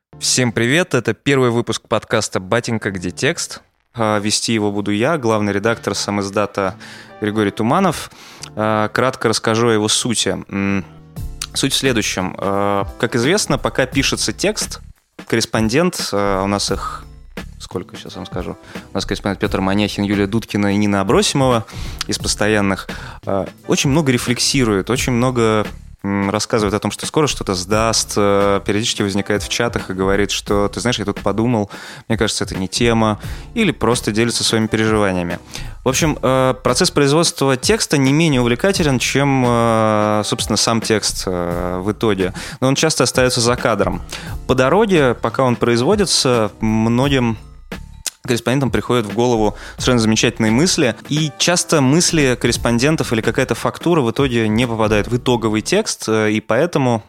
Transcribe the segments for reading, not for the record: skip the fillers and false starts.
Всем привет, это первый выпуск подкаста «Батенька, где текст?». Вести его буду я, главный редактор самиздата Григорий Туманов. Кратко расскажу о его сути. Суть в следующем. Как известно, пока пишется текст, корреспондент, у нас их... Сколько, сейчас вам скажу. У нас корреспондент Петр Маняхин, Юлия Дудкина и Нина Абросимова из постоянных. Очень много рефлексирует, очень много рассказывает о том, что скоро что-то сдаст, периодически возникает в чатах и говорит, что, ты знаешь, я тут подумал, мне кажется, это не тема, или просто делится своими переживаниями. В общем, процесс производства текста не менее увлекателен, чем, собственно, сам текст в итоге, но он часто остается за кадром. По дороге, пока он производится, многим корреспондентам приходят в голову совершенно замечательные мысли, и часто мысли корреспондентов или какая-то фактура в итоге не попадает в итоговый текст, и поэтому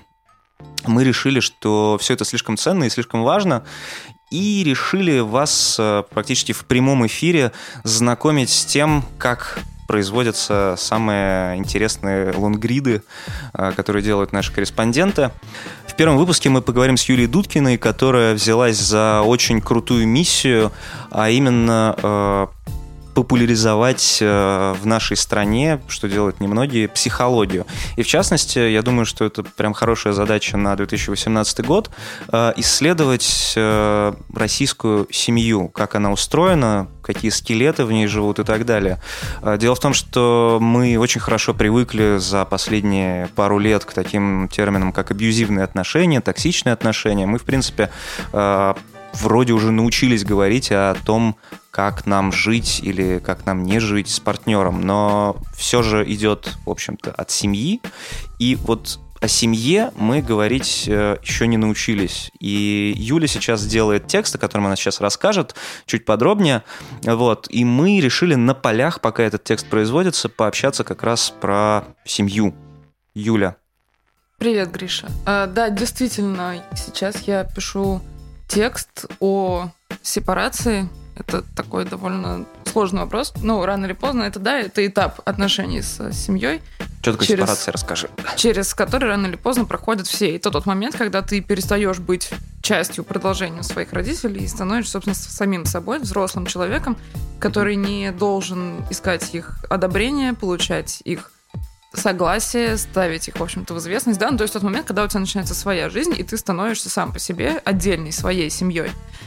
мы решили, что все это слишком ценно и слишком важно, и решили вас практически в прямом эфире знакомить с тем, как производятся самые интересные лонгриды, которые делают наши корреспонденты. В первом выпуске мы поговорим с Юлией Дудкиной, которая взялась за очень крутую миссию, а именно популяризовать в нашей стране, что делают немногие, психологию. И в частности, я думаю, что это прям хорошая задача на 2018 год, исследовать российскую семью, как она устроена, какие скелеты в ней живут и так далее. Дело в том, что мы очень хорошо привыкли за последние пару лет к таким терминам, как абьюзивные отношения, токсичные отношения. Мы, в принципе, вроде уже научились говорить о том, как нам жить или как нам не жить с партнером, но все же идет, в общем-то, от семьи. И вот о семье мы говорить еще не научились. И Юля сейчас делает текст, о котором она сейчас расскажет, чуть подробнее. Вот. И мы решили на полях, пока этот текст производится, пообщаться как раз про семью. Юля. Привет, Гриша. Да, действительно, сейчас я пишу текст о сепарации. Это такой довольно сложный вопрос. Ну, рано или поздно, это этап отношений с семьей. Что такое сепарация, расскажи. Через который рано или поздно проходят все. Это тот момент, когда ты перестаешь быть частью, продолжением своих родителей и становишься, собственно, самим собой, взрослым человеком, который не должен искать их одобрение, получать их согласие, ставить их, в общем-то, в известность. Да? Ну, то есть тот момент, когда у тебя начинается своя жизнь, и ты становишься сам по себе отдельной своей семьей.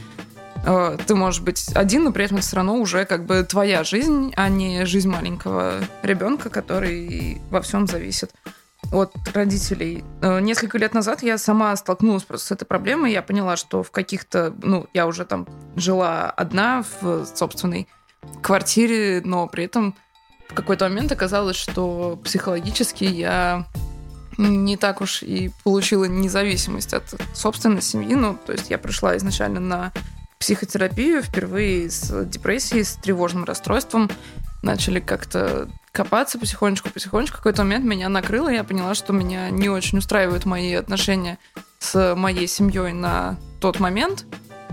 Ты можешь быть один, но при этом это все равно уже как бы твоя жизнь, а не жизнь маленького ребенка, который во всем зависит от родителей. Несколько лет назад я сама столкнулась просто с этой проблемой. Я поняла, что в каких-то... я уже там жила одна в собственной квартире, но при этом в какой-то момент оказалось, что психологически я не так уж и получила независимость от собственной семьи. То есть я пришла изначально на психотерапию впервые с депрессией, с тревожным расстройством. Начали как-то копаться потихонечку. В какой-то момент меня накрыло, и я поняла, что меня не очень устраивают мои отношения с моей семьей на тот момент.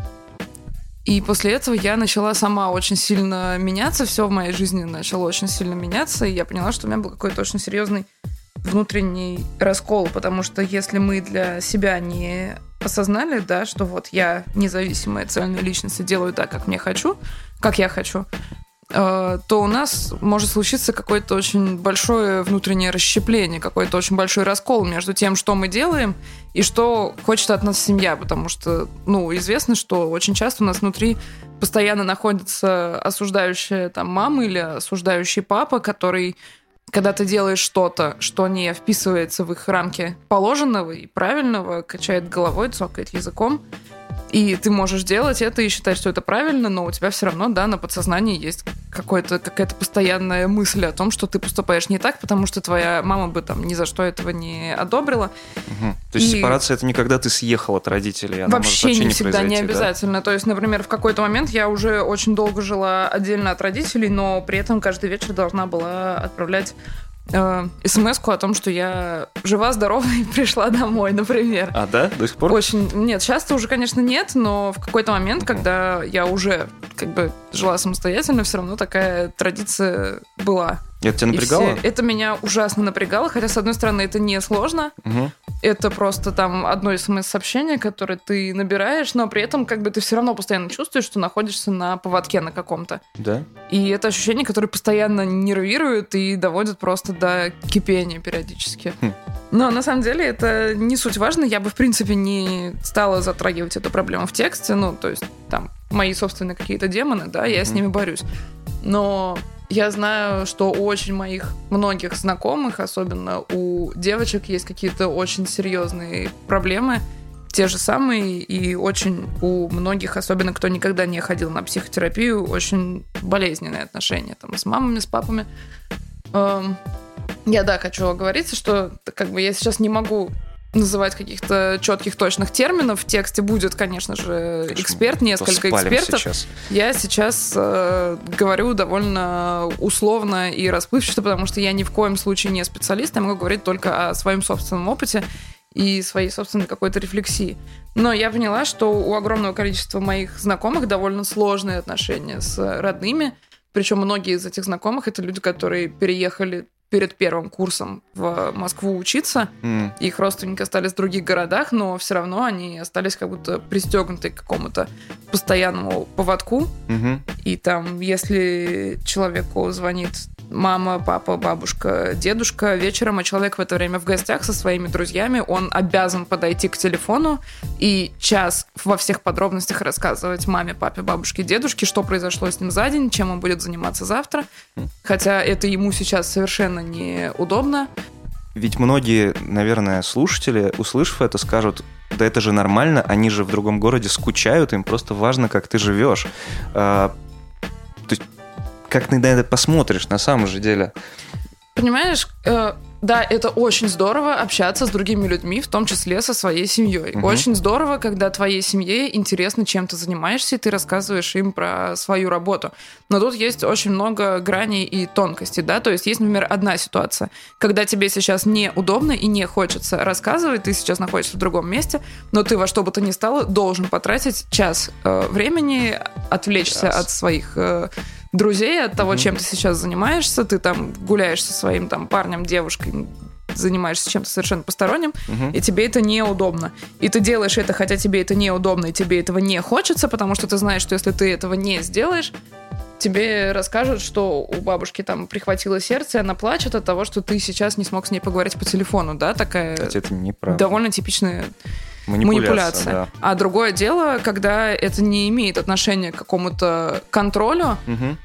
И после этого я начала сама очень сильно меняться, все в моей жизни начало очень сильно меняться, и я поняла, что у меня был какой-то очень серьезный внутренний раскол, потому что если мы для себя не осознали, да, что вот я независимая цельная личность и делаю так, как я хочу, то у нас может случиться какое-то очень большое внутреннее расщепление, какой-то очень большой раскол между тем, что мы делаем, и что хочет от нас семья, потому что, известно, что очень часто у нас внутри постоянно находится осуждающая там мама или осуждающий папа, который, когда ты делаешь что-то, что не вписывается в их рамки положенного и правильного, качает головой, цокает языком, и ты можешь делать это и считать, что это правильно, но у тебя все равно, да, на подсознании есть какая-то постоянная мысль о том, что ты поступаешь не так, потому что твоя мама бы там ни за что этого не одобрила. Угу. То есть сепарация — это не когда ты съехал от родителей, она вообще может не не всегда, не обязательно. Да? То есть, например, в какой-то момент я уже очень долго жила отдельно от родителей, но при этом каждый вечер должна была отправлять смс-ку о том, что я жива, здорова и пришла домой, например. А, да? До сих пор? Нет, часто уже, конечно, нет, но в какой-то момент, когда я уже жила самостоятельно, все равно такая традиция была. Это тебя напрягало? Это меня ужасно напрягало, хотя, с одной стороны, это не сложно, это просто там одно смс-сообщение, которое ты набираешь, но при этом как бы ты все равно постоянно чувствуешь, что находишься на поводке на каком-то. Да. И это ощущение, которое постоянно нервирует и доводит просто до кипения периодически. Но на самом деле это не суть важно. Я бы, в принципе, не стала затрагивать эту проблему в тексте. Ну, то есть там мои собственные какие-то демоны, да, я с ними борюсь. Но я знаю, что у очень моих многих знакомых, особенно у девочек, есть какие-то очень серьезные проблемы, те же самые, и очень у многих, особенно кто никогда не ходил на психотерапию, очень болезненные отношения там с мамами, с папами. Я, хочу оговориться, что как бы я сейчас не могу называть каких-то четких, точных терминов. В тексте будет, конечно же, эксперт, несколько экспертов. Сейчас. Я сейчас говорю довольно условно и расплывчато, потому что я ни в коем случае не специалист, я могу говорить только о своем собственном опыте и своей собственной какой-то рефлексии. Но я поняла, что у огромного количества моих знакомых довольно сложные отношения с родными, причем многие из этих знакомых — это люди, которые переехали перед первым курсом в Москву учиться. Их родственники остались в других городах, но все равно они остались как будто пристегнуты к какому-то постоянному поводку. И там, если человеку звонит мама, папа, бабушка, дедушка вечером, а человек в это время в гостях со своими друзьями, он обязан подойти к телефону и час во всех подробностях рассказывать маме, папе, бабушке, дедушке, что произошло с ним за день, чем он будет заниматься завтра. Хотя это ему сейчас совершенно неудобно. Ведь многие, наверное, слушатели, услышав это, скажут: да это же нормально, они же в другом городе скучают, им просто важно, как ты живешь. То есть, как ты на это посмотришь на самом же деле? Понимаешь, да, это очень здорово общаться с другими людьми, в том числе со своей семьей. Очень здорово, когда твоей семье интересно, чем ты занимаешься, и ты рассказываешь им про свою работу. Но тут есть очень много граней и тонкостей, да, то есть есть, например, одна ситуация, когда тебе сейчас неудобно и не хочется рассказывать, ты сейчас находишься в другом месте, но ты во что бы то ни стало должен потратить час времени, отвлечься от своих друзей, от того, чем ты сейчас занимаешься, ты там гуляешь со своим там парнем, девушкой, занимаешься чем-то совершенно посторонним, и тебе это неудобно. И ты делаешь это, хотя тебе это неудобно, и тебе этого не хочется, потому что ты знаешь, что если ты этого не сделаешь, тебе расскажут, что у бабушки там прихватило сердце, и она плачет от того, что ты сейчас не смог с ней поговорить по телефону, да, такая это неправда. Довольно типичная манипуляция. Да. А другое дело, когда это не имеет отношения к какому-то контролю,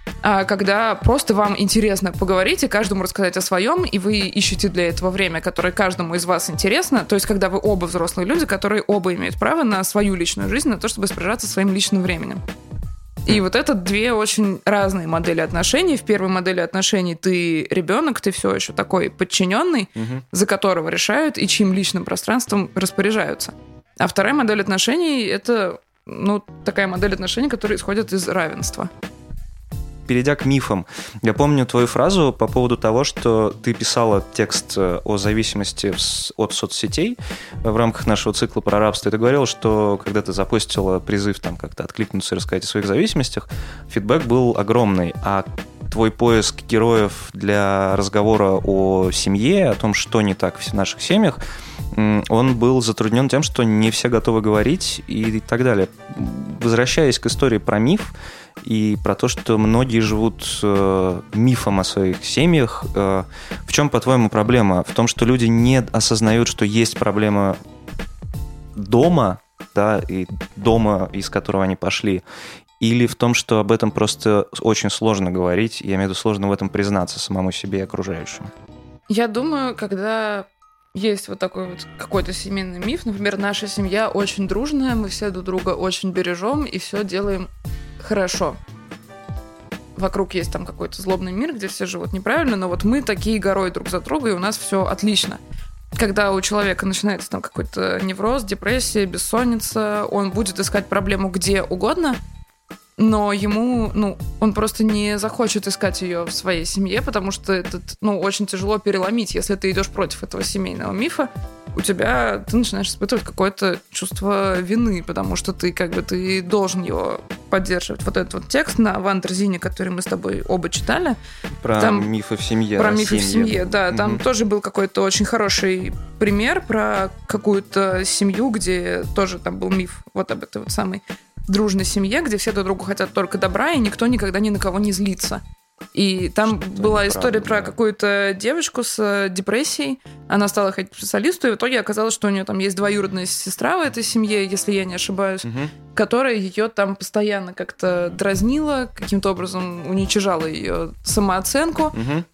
а когда просто вам интересно поговорить и каждому рассказать о своем, и вы ищете для этого время, которое каждому из вас интересно, то есть когда вы оба взрослые люди, которые оба имеют право на свою личную жизнь, на то, чтобы распоряжаться своим личным временем. И вот это две очень разные модели отношений. В первой модели отношений ты ребенок, ты все еще такой подчиненный, за которого решают и чьим личным пространством распоряжаются. А вторая модель отношений — это такая модель отношений, которая исходит из равенства. Перейдя к мифам, я помню твою фразу по поводу того, что ты писала текст о зависимости от соцсетей в рамках нашего цикла про рабство. И ты говорила, что когда ты запостила призыв там как-то откликнуться и рассказать о своих зависимостях, фидбэк был огромный. А твой поиск героев для разговора о семье, о том, что не так в наших семьях, он был затруднен тем, что не все готовы говорить и так далее. Возвращаясь к истории про миф, и про то, что многие живут мифом о своих семьях. В чем, по-твоему, проблема? В том, что люди не осознают, что есть проблема дома, да, и дома, из которого они пошли, или в том, что об этом просто очень сложно говорить, я имею в виду, сложно в этом признаться самому себе и окружающим? Я думаю, когда есть вот такой вот какой-то семейный миф, например, наша семья очень дружная, мы все друг друга очень бережем и все делаем хорошо. Вокруг есть там какой-то злобный мир, где все живут неправильно, но вот мы такие горой друг за друга, и у нас все отлично. Когда у человека начинается там какой-то невроз, депрессия, бессонница, он будет искать проблему где угодно, но ему, он просто не захочет искать ее в своей семье, потому что очень тяжело переломить, если ты идешь против этого семейного мифа, ты начинаешь испытывать какое-то чувство вины, потому что ты должен его поддерживать. Вот этот вот текст на Вандерзине, который мы с тобой оба читали. Про мифы в семье. Про мифы в семье, да. Там тоже был какой-то очень хороший пример про какую-то семью, где тоже там был миф вот об этой вот самой дружной семье, где все друг другу хотят только добра, и никто никогда ни на кого не злится. И там была история про какую-то девочку с депрессией. Она стала ходить к специалисту, и в итоге оказалось, что у нее там есть двоюродная сестра в этой семье, если я не ошибаюсь, которая ее там постоянно как-то дразнила, каким-то образом уничижала ее самооценку.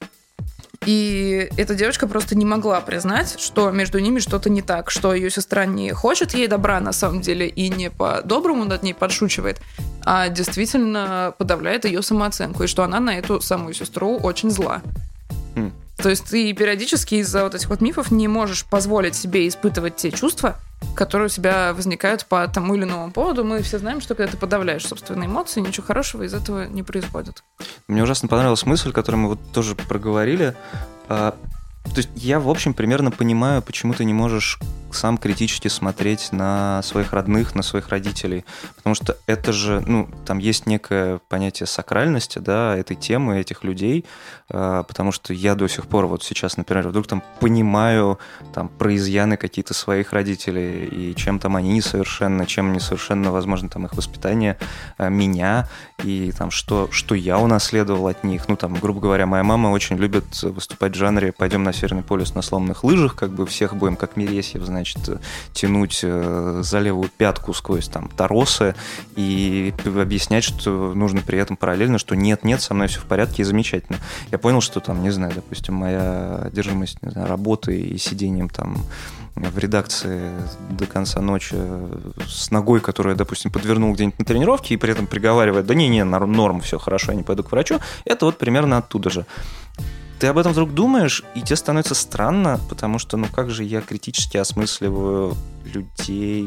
И эта девочка просто не могла признать, что между ними что-то не так, что ее сестра не хочет ей добра на самом деле и не по-доброму над ней подшучивает, а действительно подавляет ее самооценку, и что она на эту самую сестру очень зла. То есть ты периодически из-за вот этих вот мифов не можешь позволить себе испытывать те чувства, которые у тебя возникают по тому или иному поводу. Мы все знаем, что когда ты подавляешь собственные эмоции, ничего хорошего из этого не происходит. Мне ужасно понравилась мысль, которую мы вот тоже проговорили. То есть я, в общем, примерно понимаю, почему ты не можешь сам критически смотреть на своих родных, на своих родителей. Потому что это же, там есть некое понятие сакральности, да, этой темы, этих людей. Потому что я до сих пор вот сейчас, например, вдруг там понимаю там про изъяны какие-то своих родителей, и чем там они несовершенны, чем несовершенно, возможно, там их воспитание меня, и там что я унаследовал от них. Там, грубо говоря, моя мама очень любит выступать в жанре «пойдем на Северный полюс на сломанных лыжах», как бы всех будем, как Мересьев, значит, тянуть за левую пятку сквозь там торосы и объяснять, что нужно при этом параллельно, что нет, со мной все в порядке и замечательно. Я понял, что там, не знаю, допустим, моя одержимость, не знаю, работой и сидением там в редакции до конца ночи с ногой, которую я, допустим, подвернул где-нибудь на тренировке и при этом приговаривает, да не, норм, все хорошо, я не пойду к врачу, это вот примерно оттуда же. Ты об этом вдруг думаешь, и тебе становится странно, потому что, как же я критически осмысливаю людей,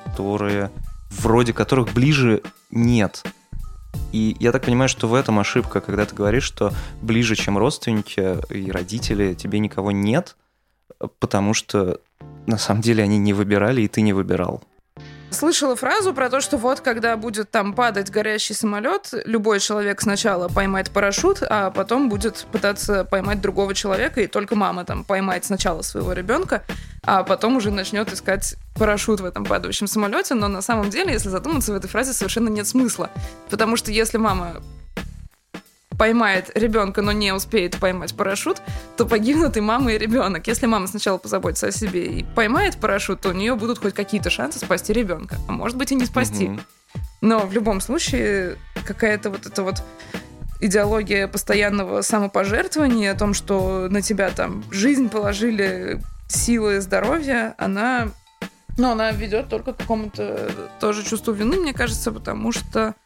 вроде которых ближе нет. И я так понимаю, что в этом ошибка, когда ты говоришь, что ближе, чем родственники и родители, тебе никого нет, потому что на самом деле они не выбирали, и ты не выбирал. Слышала фразу про то, что вот когда будет там падать горящий самолет, любой человек сначала поймает парашют, а потом будет пытаться поймать другого человека, и только мама там поймает сначала своего ребенка, а потом уже начнет искать парашют в этом падающем самолете. Но на самом деле, если задуматься, в этой фразе совершенно нет смысла. Потому что если мама поймает ребенка, но не успеет поймать парашют, то погибнут и мама, и ребенок. Если мама сначала позаботится о себе и поймает парашют, то у нее будут хоть какие-то шансы спасти ребенка. А может быть и не спасти. Но в любом случае какая-то вот эта вот идеология постоянного самопожертвования о том, что на тебя там жизнь положили, силы, здоровье, она ведет только к какому-то тоже чувству вины, мне кажется, потому что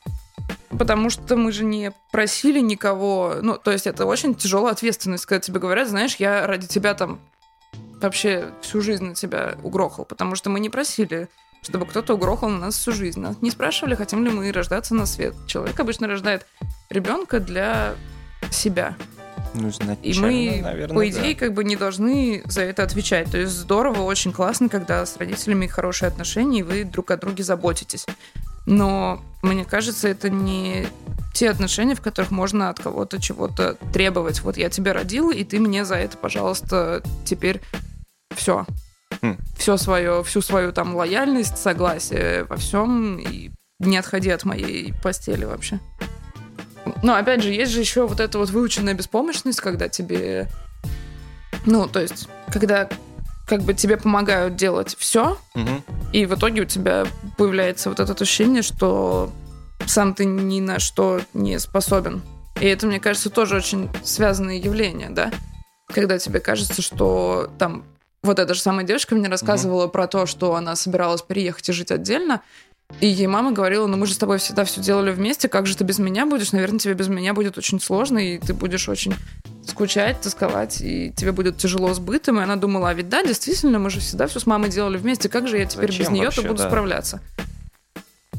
мы же не просили никого. То есть это очень тяжелая ответственность, когда тебе говорят, знаешь, я ради тебя там вообще всю жизнь на тебя угрохал, потому что мы не просили, чтобы кто-то угрохал на нас всю жизнь. Нас не спрашивали, хотим ли мы рождаться на свет. Человек обычно рождает ребенка для себя. И мы, наверное, по идее, не должны за это отвечать. То есть здорово, очень классно, когда с родителями хорошие отношения, и вы друг о друге заботитесь. Но, мне кажется, это не те отношения, в которых можно от кого-то чего-то требовать. Вот я тебя родила, и ты мне за это, пожалуйста, теперь все. Всю свою там лояльность, согласие во всем, и не отходи от моей постели вообще. Но, опять же, есть же еще вот эта вот выученная беспомощность, когда тебе... то есть, когда тебе помогают делать все, и в итоге у тебя появляется вот это ощущение, что сам ты ни на что не способен. И это, мне кажется, тоже очень связанное явление, да? Когда тебе кажется, что там... Вот эта же самая девочка мне рассказывала про то, что она собиралась переехать и жить отдельно, и ей мама говорила, мы же с тобой всегда все делали вместе, как же ты без меня будешь? Наверное, тебе без меня будет очень сложно, и ты будешь очень скучать, тосковать, и тебе будет тяжело с бытом. И она думала, а ведь да, действительно, мы же всегда все с мамой делали вместе, как же я теперь без нее-то буду справляться?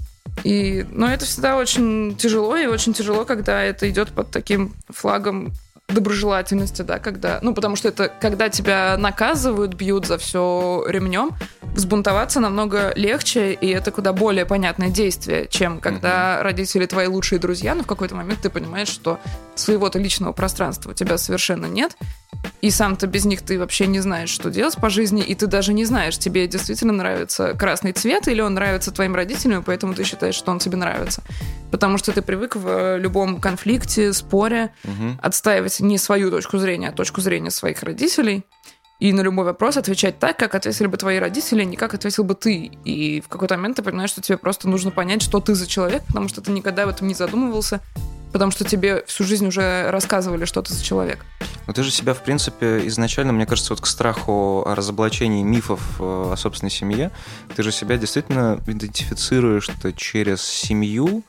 Но это всегда очень тяжело, и очень тяжело, когда это идет под таким флагом доброжелательности, да, потому что это когда тебя наказывают, бьют за все ремнем, взбунтоваться намного легче, и это куда более понятное действие, чем когда родители твои лучшие друзья, но в какой-то момент ты понимаешь, что своего-то личного пространства у тебя совершенно нет, и сам-то без них ты вообще не знаешь, что делать по жизни, и ты даже не знаешь, тебе действительно нравится красный цвет, или он нравится твоим родителям, и поэтому ты считаешь, что он тебе нравится. Потому что ты привык в любом конфликте, споре отстаивать не свою точку зрения, а точку зрения своих родителей, и на любой вопрос отвечать так, как ответили бы твои родители, не как ответил бы ты. И в какой-то момент ты понимаешь, что тебе просто нужно понять, что ты за человек, потому что ты никогда об этом не задумывался, потому что тебе всю жизнь уже рассказывали, что ты за человек. Но ты же себя, в принципе, изначально, мне кажется, вот к страху о разоблачении мифов о собственной семье, ты же себя действительно идентифицируешь-то через семью,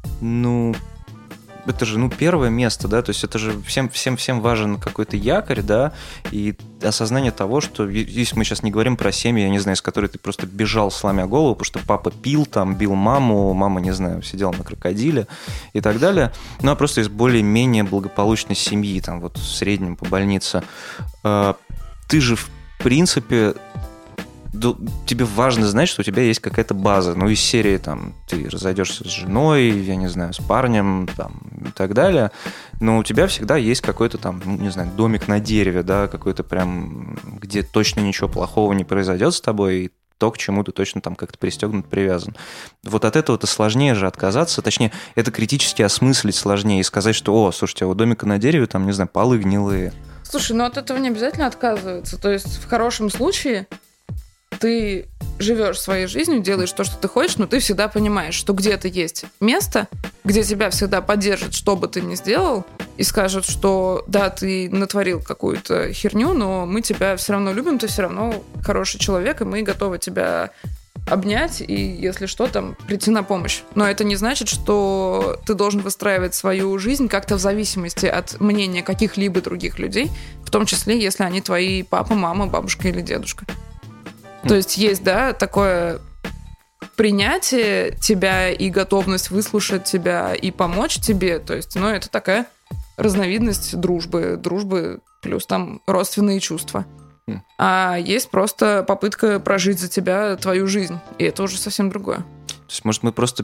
это же, первое место, да, то есть это же всем важен какой-то якорь, да, и осознание того, что, если мы сейчас не говорим про семью, я не знаю, из которой ты просто бежал, сломя голову, потому что папа пил, бил маму, мама, не знаю, сидела на крокодиле и так далее, а просто из более-менее благополучной семьи, в среднем по больнице. Ты же, в принципе, тебе важно знать, что у тебя есть какая-то база. Из серии, ты разойдешься с женой, я не знаю, с парнем, и так далее. Но у тебя всегда есть какой-то домик на дереве, да, какой-то прям, где точно ничего плохого не произойдет с тобой, и то, к чему ты точно как-то пристегнут, привязан. Вот от этого-то сложнее же отказаться, точнее, это критически осмыслить сложнее и сказать, что, слушайте, а у домика на дереве, не знаю, полы гнилые. Слушай, от этого не обязательно отказываться. То есть в хорошем случае ты живешь своей жизнью, делаешь то, что ты хочешь, но ты всегда понимаешь, что где-то есть место, где тебя всегда поддержат, что бы ты ни сделал, и скажут, что да, ты натворил какую-то херню, но мы тебя все равно любим, ты все равно хороший человек, и мы готовы тебя обнять и, если что, прийти на помощь. Но это не значит, что ты должен выстраивать свою жизнь как-то в зависимости от мнения каких-либо других людей, в том числе, если они твои папа, мама, бабушка или дедушка. То есть есть, да, такое принятие тебя и готовность выслушать тебя и помочь тебе. То есть, это такая разновидность дружбы плюс родственные чувства. А есть просто попытка прожить за тебя твою жизнь, и это уже совсем другое. То есть, может, мы просто...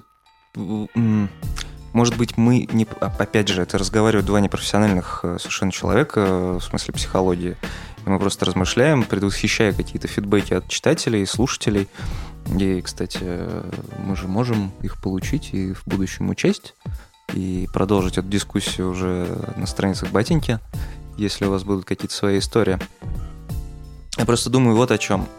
Может быть, мы не... Опять же, это разговаривают два непрофессиональных совершенно человека, в смысле психологии. И мы просто размышляем, предвосхищая какие-то фидбэки от читателей, слушателей. И, кстати, мы же можем их получить и в будущем учесть, и продолжить эту дискуссию уже на страницах Батеньки, если у вас будут какие-то свои истории. Я просто думаю вот о чем.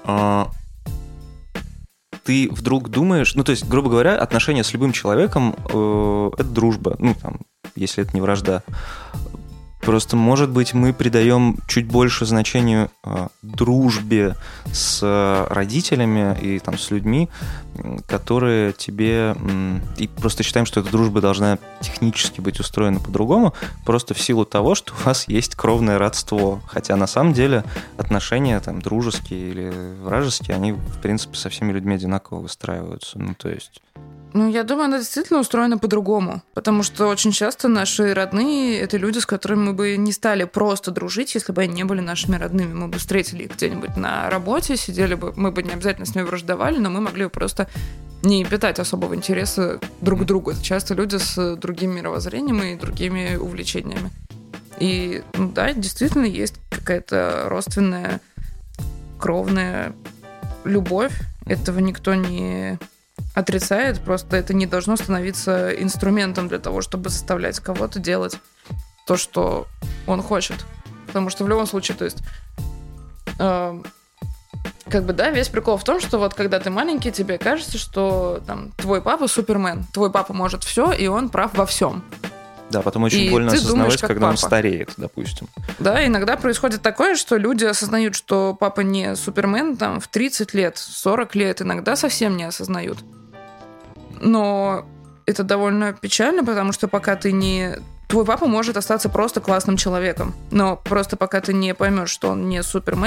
Ты вдруг думаешь... то есть, грубо говоря, отношения с любым человеком это дружба. Если это не вражда. Просто, может быть, мы придаем чуть больше значению дружбе с родителями и с людьми, которые тебе... И просто считаем, что эта дружба должна технически быть устроена по-другому, просто в силу того, что у вас есть кровное родство. Хотя, на самом деле, отношения дружеские или вражеские, они, в принципе, со всеми людьми одинаково выстраиваются. То есть... я думаю, она действительно устроена по-другому, потому что очень часто наши родные — это люди, с которыми мы бы не стали просто дружить, если бы они не были нашими родными. Мы бы встретили их где-нибудь на работе, сидели бы, мы бы не обязательно с ними враждовали, но мы могли бы просто не питать особого интереса друг к другу. Это часто люди с другим мировоззрением и другими увлечениями. И, да, действительно есть какая-то родственная, кровная любовь. Этого никто не отрицает, просто это не должно становиться инструментом для того, чтобы заставлять кого-то делать то, что он хочет. Потому что в любом случае, то есть, весь прикол в том, что когда ты маленький, тебе кажется, что твой папа Супермен, твой папа может все, и он прав во всем. Да, потом очень больно осознавать, когда он стареет, допустим. Да, иногда происходит такое, что люди осознают, что папа не Супермен в 30 лет, 40 лет, иногда совсем не осознают. Но это довольно печально, потому что пока ты не... Твой папа может остаться просто классным человеком, но просто пока ты не поймешь, что он не Супермен,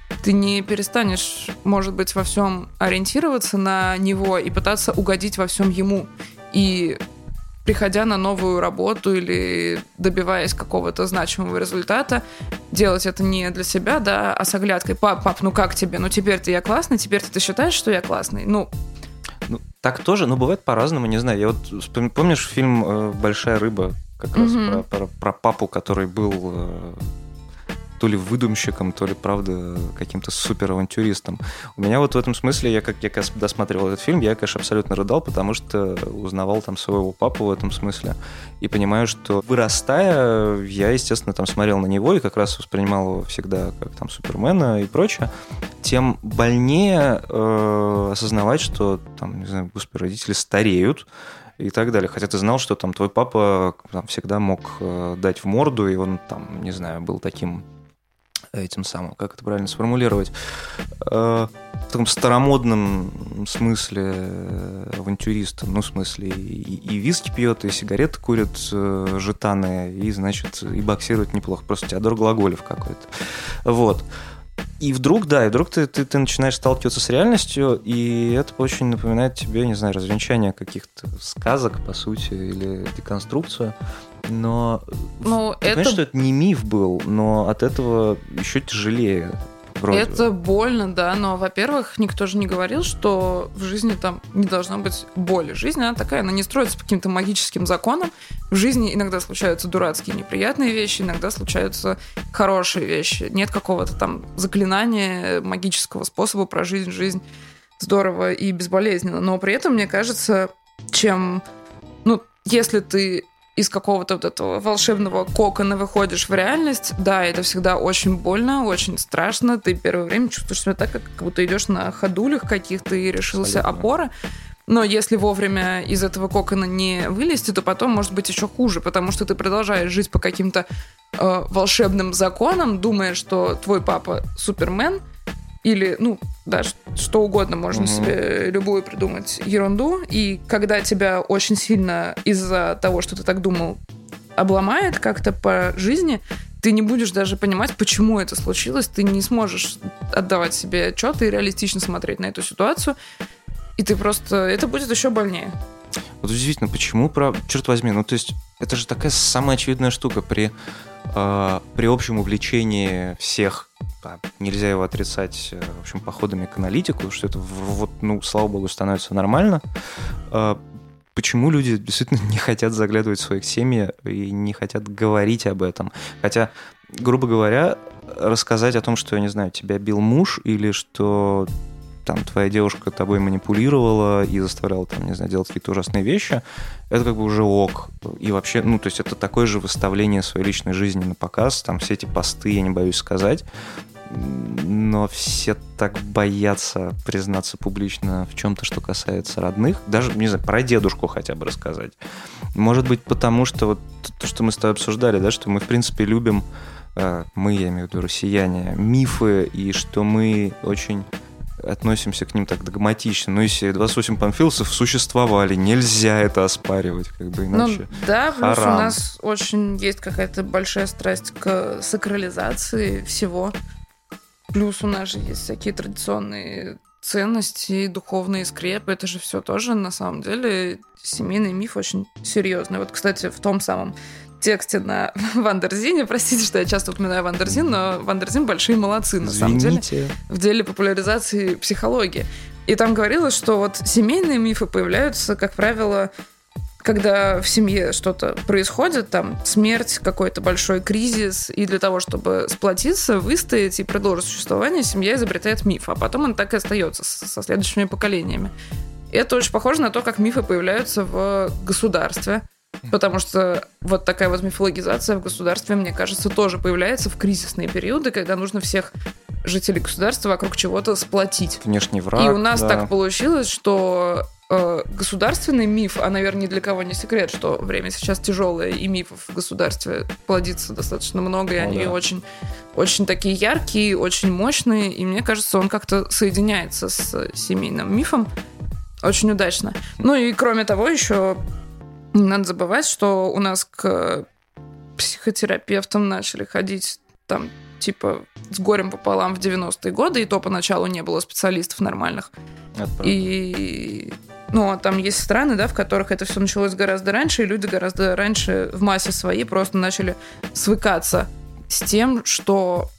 ты не перестанешь, может быть, во всем ориентироваться на него и пытаться угодить во всем ему. И приходя на новую работу или добиваясь какого-то значимого результата, делать это не для себя, да, а с оглядкой. Пап, ну как тебе? Ну теперь-то я классный, теперь-то ты считаешь, что я классный? Ну, так тоже, но бывает по-разному, не знаю. Я вот помнишь фильм «Большая рыба», как раз про папу, который был то ли выдумщиком, то ли, правда, каким-то суперавантюристом. У меня вот в этом смысле, я когда досматривал этот фильм, я, конечно, абсолютно рыдал, потому что узнавал там своего папу в этом смысле. И понимаю, что, вырастая, я, естественно, там смотрел на него и как раз воспринимал его всегда как там Супермена и прочее. Тем больнее осознавать, что там, не знаю, господи, родители стареют, и так далее. Хотя ты знал, что там твой папа там всегда мог дать в морду, и он там, не знаю, был таким этим самым, как это правильно сформулировать, в таком старомодном смысле авантюристом, ну, в смысле, и виски пьет, и сигареты курит жетаны, и, значит, и боксирует неплохо. Просто Теодор Глаголев какой-то. Вот. И вдруг ты начинаешь сталкиваться с реальностью, и это очень напоминает тебе, не знаю, развенчание каких-то сказок, по сути, или деконструкцию. Но ты понимаешь, что это не миф был, но от этого еще тяжелее. Вроде. Это больно, да, но, во-первых, никто же не говорил, что в жизни там не должно быть боли. Жизнь, она такая, она не строится по каким-то магическим законам. В жизни иногда случаются дурацкие неприятные вещи, иногда случаются хорошие вещи. Нет какого-то там заклинания, магического способа прожить жизнь здорово и безболезненно. Но при этом, мне кажется, если ты из какого-то вот этого волшебного кокона выходишь в реальность, да, это всегда очень больно, очень страшно. Ты первое время чувствуешь себя так, как будто идешь на ходулях каких-то и решился опора. Но если вовремя из этого кокона не вылезти, то потом может быть еще хуже, потому что ты продолжаешь жить по каким-то волшебным законам, думая, что твой папа Супермен, или, что угодно, можно себе любую придумать ерунду. И когда тебя очень сильно из-за того, что ты так думал, обломает как-то по жизни, ты не будешь даже понимать, почему это случилось. Ты не сможешь отдавать себе отчет и реалистично смотреть на эту ситуацию. И ты просто... Это будет еще больнее. Вот действительно, почему? Черт возьми, то есть это же такая самая очевидная штука. При общем увлечении всех, нельзя его отрицать, в общем, походами к аналитику, что это, слава богу, становится нормально. Почему люди действительно не хотят заглядывать в свои семьи и не хотят говорить об этом? Хотя, грубо говоря, рассказать о том, что, я не знаю, тебя бил муж или что там твоя девушка тобой манипулировала и заставляла, там, не знаю, делать какие-то ужасные вещи, это как бы уже ок. И вообще, то есть это такое же выставление своей личной жизни на показ, там все эти посты, я не боюсь сказать, но все так боятся признаться публично в чем-то, что касается родных. Даже, не знаю, про дедушку хотя бы рассказать. Может быть, потому что вот то, что мы с тобой обсуждали, да, что мы, в принципе, любим, я имею в виду россияне, мифы, и что мы очень относимся к ним так догматично. Если 28 панфиловцев существовали, нельзя это оспаривать, как бы иначе. Да, плюс у нас очень есть какая-то большая страсть к сакрализации всего. Плюс у нас же есть всякие традиционные ценности, духовные скрепы. Это же все тоже, на самом деле, семейный миф очень серьезный. Вот, кстати, в том самом тексте на Вандерзине, простите, что я часто упоминаю Вандерзин, но Вандерзин большие молодцы, на самом деле, в деле популяризации психологии. И там говорилось, что вот семейные мифы появляются, как правило, когда в семье что-то происходит, там смерть, какой-то большой кризис, и для того, чтобы сплотиться, выстоять и продолжить существование, семья изобретает миф, а потом он так и остается со следующими поколениями. И это очень похоже на то, как мифы появляются в государстве. Потому что вот такая вот мифологизация в государстве, мне кажется, тоже появляется в кризисные периоды, когда нужно всех жителей государства вокруг чего-то сплотить. Внешний враг. И у нас так получилось, что государственный миф, а, наверное, ни для кого не секрет, что время сейчас тяжелое, и мифов в государстве плодится достаточно много, и они очень, очень такие яркие, очень мощные, и мне кажется, он как-то соединяется с семейным мифом очень удачно. И кроме того, еще не надо забывать, что у нас к психотерапевтам начали ходить там типа, с горем пополам в 90-е годы, и то поначалу не было специалистов нормальных. И... Ну, а там есть страны, да, в которых это все началось гораздо раньше, и люди гораздо раньше в массе своей просто начали свыкаться с тем, что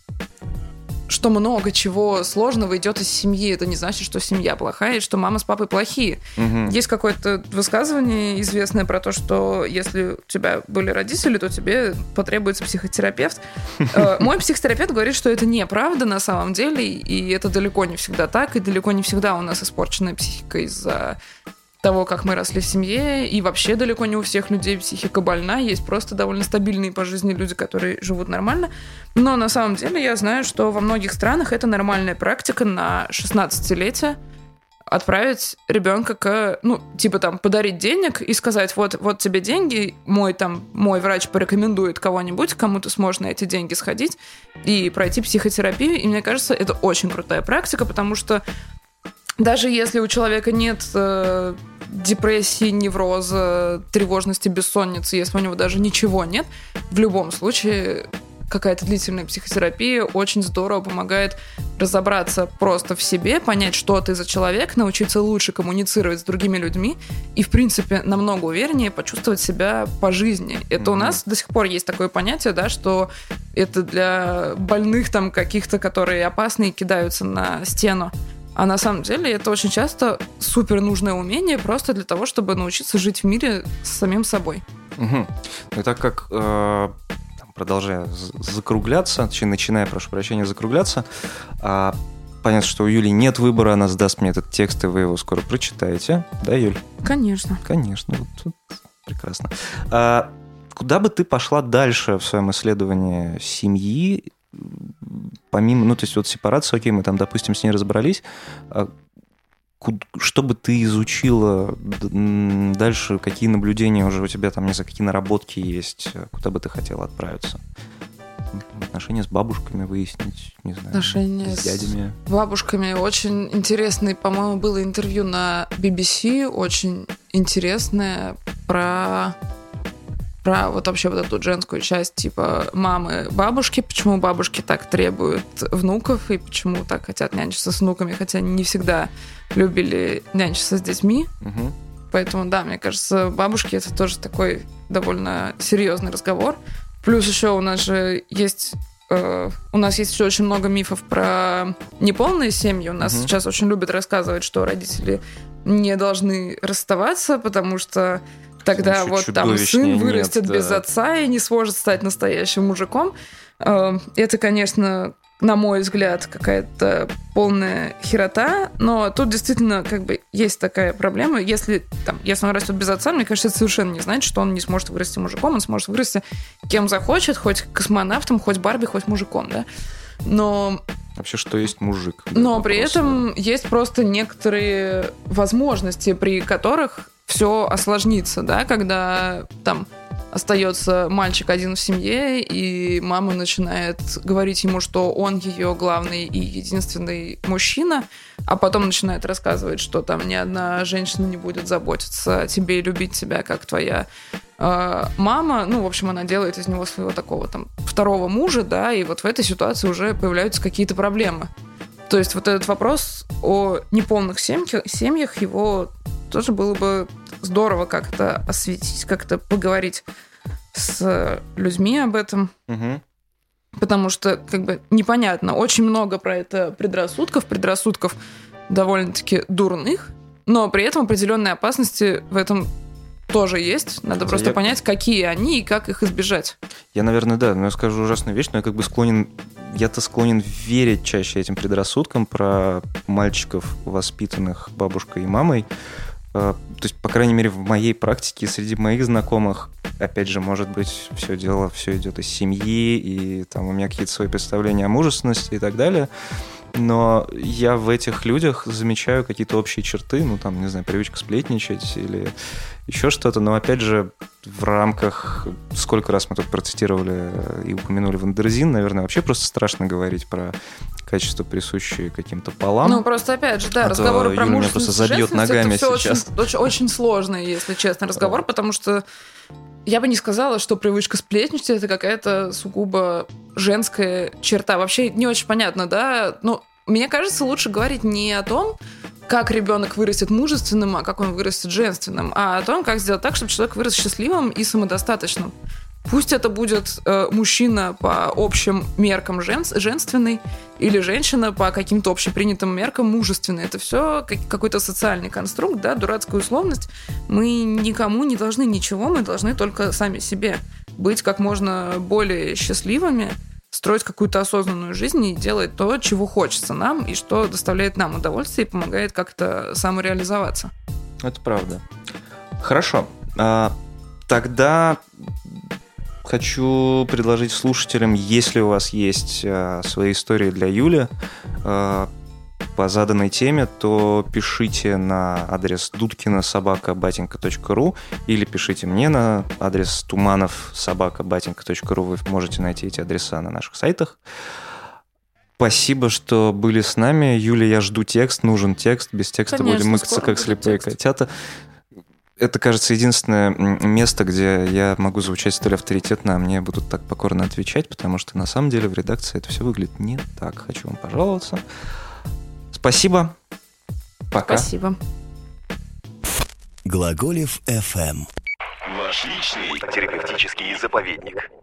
много чего сложного идет из семьи. Это не значит, что семья плохая и что мама с папой плохие. Угу. Есть какое-то высказывание известное про то, что если у тебя были родители, то тебе потребуется психотерапевт. Мой психотерапевт говорит, что это неправда на самом деле, и это далеко не всегда так, и далеко не всегда у нас испорченная психика из-за того, как мы росли в семье, и вообще далеко не у всех людей психика больна, есть просто довольно стабильные по жизни люди, которые живут нормально, но на самом деле я знаю, что во многих странах это нормальная практика на 16-летие отправить ребенка к, ну, типа там, подарить денег и сказать, вот тебе деньги, мой врач порекомендует кого-нибудь, кому ты сможешь на эти деньги сходить и пройти психотерапию, и мне кажется, это очень крутая практика, потому что даже если у человека нет депрессии, невроза, тревожности, бессонницы, если у него даже ничего нет, в любом случае какая-то длительная психотерапия очень здорово помогает разобраться просто в себе, понять, что ты за человек, научиться лучше коммуницировать с другими людьми и, в принципе, намного увереннее почувствовать себя по жизни. Это у нас до сих пор есть такое понятие, да, что это для больных там каких-то, которые опасны и кидаются на стену. А на самом деле это очень часто супер нужное умение просто для того, чтобы научиться жить в мире с самим собой. Угу. И так как, продолжая закругляться, точнее, начиная, прошу прощения, закругляться, понятно, что у Юли нет выбора, она сдаст мне этот текст, и вы его скоро прочитаете. Да, Юль? Конечно. Конечно, вот тут прекрасно. Куда бы ты пошла дальше в своем исследовании семьи, помимо, ну, то есть вот сепарация, окей, мы там, допустим, с ней разобрались, что бы ты изучила дальше, какие наблюдения уже у тебя там, не знаю, какие наработки есть, куда бы ты хотела отправиться? Отношения с бабушками выяснить, не знаю, отношения с дядями. С бабушками. Очень интересный, по-моему, было интервью на BBC, очень интересное про вот вообще вот эту женскую часть, типа мамы, бабушки, почему бабушки так требуют внуков и почему так хотят нянчиться с внуками, хотя не всегда любили нянчиться с детьми. Угу. Поэтому, да, мне кажется, бабушки — это тоже такой довольно серьезный разговор. Плюс еще у нас же есть... у нас есть еще очень много мифов про неполные семьи. У нас сейчас очень любят рассказывать, что родители не должны расставаться, потому что тогда вот там сын вырастет без отца и не сможет стать настоящим мужиком. Это, конечно, на мой взгляд, какая-то полная херота, но тут действительно как бы есть такая проблема. Если он растет без отца, мне кажется, это совершенно не значит, что он не сможет вырасти мужиком, он сможет вырасти кем захочет, хоть космонавтом, хоть Барби, хоть мужиком, да. Но... Вообще, что есть мужик? Но при этом есть просто некоторые возможности, при которых все осложнится, да, когда там остается мальчик один в семье, и мама начинает говорить ему, что он ее главный и единственный мужчина, а потом начинает рассказывать, что там ни одна женщина не будет заботиться о тебе и любить тебя, как твоя мама. Ну, в общем, она делает из него своего такого там второго мужа, да, и вот в этой ситуации уже появляются какие-то проблемы. То есть вот этот вопрос о неполных семьях, его тоже было бы здорово как-то осветить, как-то поговорить с людьми об этом. Угу. Потому что, как бы, непонятно. Очень много про это предрассудков довольно-таки дурных, но при этом определенные опасности в этом тоже есть. Надо просто понять, какие они и как их избежать. Я, наверное, да, но я скажу ужасную вещь, но я как бы склонен верить чаще этим предрассудкам про мальчиков, воспитанных бабушкой и мамой. То есть, по крайней мере, в моей практике среди моих знакомых, опять же, может быть, все идет из семьи, и там у меня какие-то свои представления о мужественности и так далее. Но я в этих людях замечаю какие-то общие черты, ну, там, не знаю, привычка сплетничать или еще что-то. Но, опять же, в рамках... Сколько раз мы тут процитировали и упомянули Вандерзин, наверное, вообще просто страшно говорить про качества, присущие каким-то полам. Ну, просто, опять же, да, разговоры про мужественность, забьет ногами это все сейчас. очень сложный, если честно, разговор, потому что Я бы не сказала, что привычка сплетничать — это какая-то сугубо женская черта. Вообще не очень понятно, да? Но мне кажется, лучше говорить не о том, как ребенок вырастет мужественным, а как он вырастет женственным, а о том, как сделать так, чтобы человек вырос счастливым и самодостаточным. Пусть это будет мужчина по общим меркам женственный или женщина по каким-то общепринятым меркам мужественной. Это все какой-то социальный конструкт, да, дурацкая условность. Мы никому не должны ничего, мы должны только сами себе быть как можно более счастливыми, строить какую-то осознанную жизнь и делать то, чего хочется нам, и что доставляет нам удовольствие и помогает как-то самореализоваться. Это правда. Хорошо. Тогда хочу предложить слушателям, если у вас есть свои истории для Юли по заданной теме, то пишите на адрес dudkina@batinka.ru или пишите мне на адрес tumanov@batinka.ru. Вы можете найти эти адреса на наших сайтах. Спасибо, что были с нами. Юля, я жду текст, нужен текст. Без текста Конечно, будем мыкаться, как слепые котята. Это, кажется, единственное место, где я могу звучать столь авторитетно, а мне будут так покорно отвечать, потому что на самом деле в редакции это все выглядит не так. Хочу вам пожаловаться. Спасибо. Пока. Спасибо. Глаголев FM. Ваш личный терапевтический заповедник.